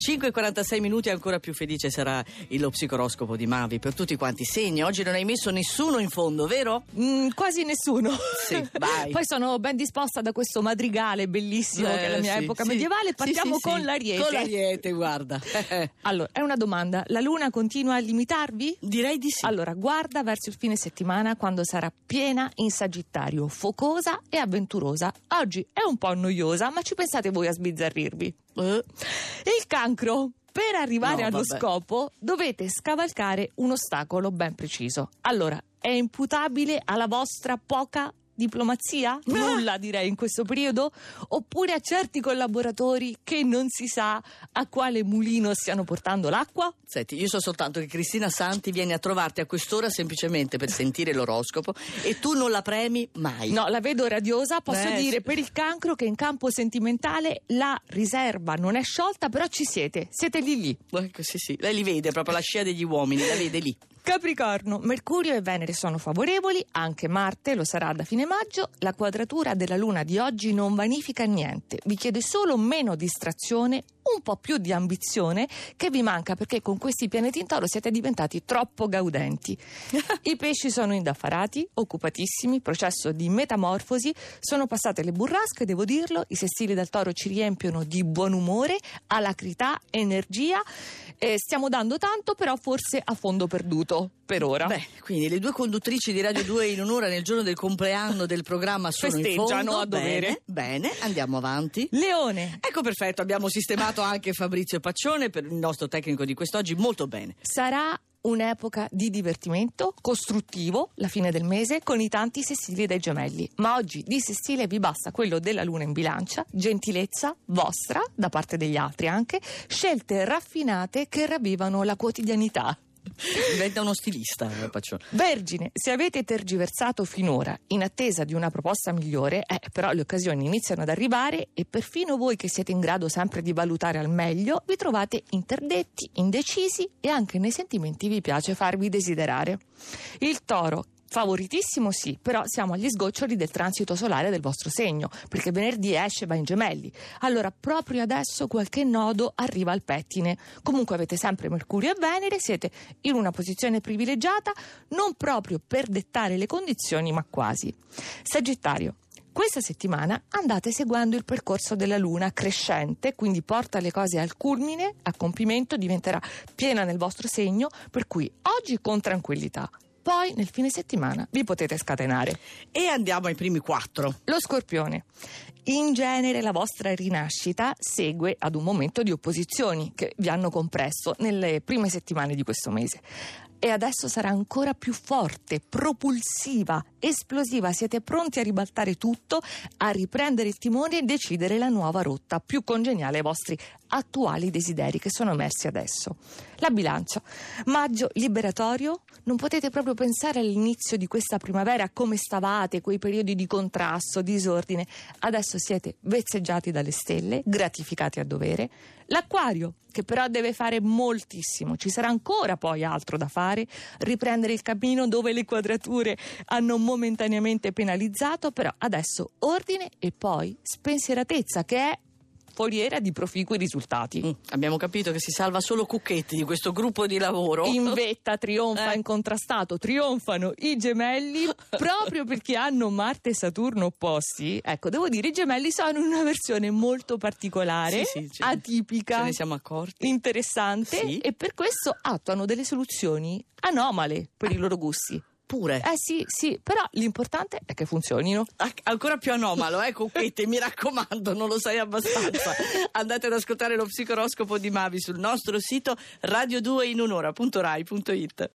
5:46 ancora più felice sarà lo psicoroscopo di Mavi per tutti quanti i segni. Oggi non hai messo nessuno in fondo, vero? Quasi nessuno. Sì, vai. Poi sono ben disposta da questo madrigale bellissimo che è la mia epoca medievale. Partiamo con l'Ariete. Con l'Ariete, guarda. Allora, è una domanda. La luna continua a limitarvi? Direi di sì. Allora, guarda verso il fine settimana quando sarà piena in Sagittario, focosa e avventurosa. Oggi è un po' noiosa, ma ci pensate voi a sbizzarrirvi? Il Cancro. Per arrivare allo scopo dovete scavalcare un ostacolo ben preciso. Allora, è imputabile alla vostra poca diplomazia? Nulla, direi, in questo periodo? Oppure a certi collaboratori che non si sa a quale mulino stiano portando l'acqua? Senti, io so soltanto che Cristina Santi viene a trovarti a quest'ora semplicemente per sentire l'oroscopo e tu non la premi mai. No, la vedo radiosa. Posso dire per il Cancro che in campo sentimentale la riserva non è sciolta, però ci siete lì. Ecco, sì, lei li vede, proprio la scia degli uomini, la vede lì. Capricorno, Mercurio e Venere sono favorevoli, anche Marte lo sarà da fine maggio. La quadratura della Luna di oggi non vanifica niente, vi chiede solo meno distrazione, un po' più di ambizione che vi manca perché con questi pianeti in Toro siete diventati troppo gaudenti. I pesci sono indaffarati, occupatissimi, processo di metamorfosi, sono passate le burrasche, devo dirlo, i sestili del Toro ci riempiono di buon umore, alacrità, energia, stiamo dando tanto però forse a fondo perduto per ora. Beh, quindi le due conduttrici di Radio 2 in un'ora nel giorno del compleanno del programma sono in fondo. A dovere. Bene, andiamo avanti. Leone. Ecco, perfetto, abbiamo sistemato anche Fabrizio Paccione, per il nostro tecnico di quest'oggi, molto bene. Sarà un'epoca di divertimento costruttivo, la fine del mese, con i tanti sestili dei gemelli. Ma oggi di sestile vi basta quello della Luna in Bilancia, gentilezza vostra, da parte degli altri anche, scelte raffinate che ravvivano la quotidianità. Diventa uno stilista, Paccione. Vergine, se avete tergiversato finora in attesa di una proposta migliore, però le occasioni iniziano ad arrivare e perfino voi che siete in grado sempre di valutare al meglio vi trovate interdetti, indecisi e anche nei sentimenti vi piace farvi desiderare. Il Toro, favoritissimo sì, però siamo agli sgoccioli del transito solare del vostro segno, perché venerdì esce, va in Gemelli. Allora proprio adesso qualche nodo arriva al pettine. Comunque avete sempre Mercurio e Venere, siete in una posizione privilegiata, non proprio per dettare le condizioni, ma quasi. Sagittario. Questa settimana andate seguendo il percorso della Luna crescente, quindi porta le cose al culmine, a compimento, diventerà piena nel vostro segno, per cui oggi con tranquillità. Poi nel fine settimana vi potete scatenare. E andiamo ai primi 4. Lo Scorpione. In genere la vostra rinascita segue ad un momento di opposizioni che vi hanno compresso nelle prime settimane di questo mese. E adesso sarà ancora più forte, propulsiva, esplosiva. Siete pronti a ribaltare tutto, a riprendere il timone e decidere la nuova rotta più congeniale ai vostri attuali desideri che sono emersi adesso. La Bilancia. Maggio liberatorio. Non potete proprio pensare all'inizio di questa primavera a come stavate, quei periodi di contrasto, disordine. Adesso siete vezzeggiati dalle stelle, gratificati a dovere. L'Acquario, che però deve fare moltissimo, ci sarà ancora poi altro da fare, riprendere il cammino dove le quadrature hanno momentaneamente penalizzato, però adesso ordine e poi spensieratezza, che è foriera di proficui risultati. Abbiamo capito che si salva solo Cucchetti di questo gruppo di lavoro. In vetta trionfa incontrastato, trionfano i Gemelli proprio perché hanno Marte e Saturno opposti. Ecco, devo dire, i Gemelli sono una versione molto particolare, atipica, ce ne siamo accorti, interessante, e per questo attuano delle soluzioni anomale per i loro gusti. Pure. Sì, però l'importante è che funzionino. Ancora più anomalo, Cucchetti, mi raccomando, non lo sai abbastanza. Andate ad ascoltare lo psicoroscopo di Mavi sul nostro sito radio2inunora.rai.it.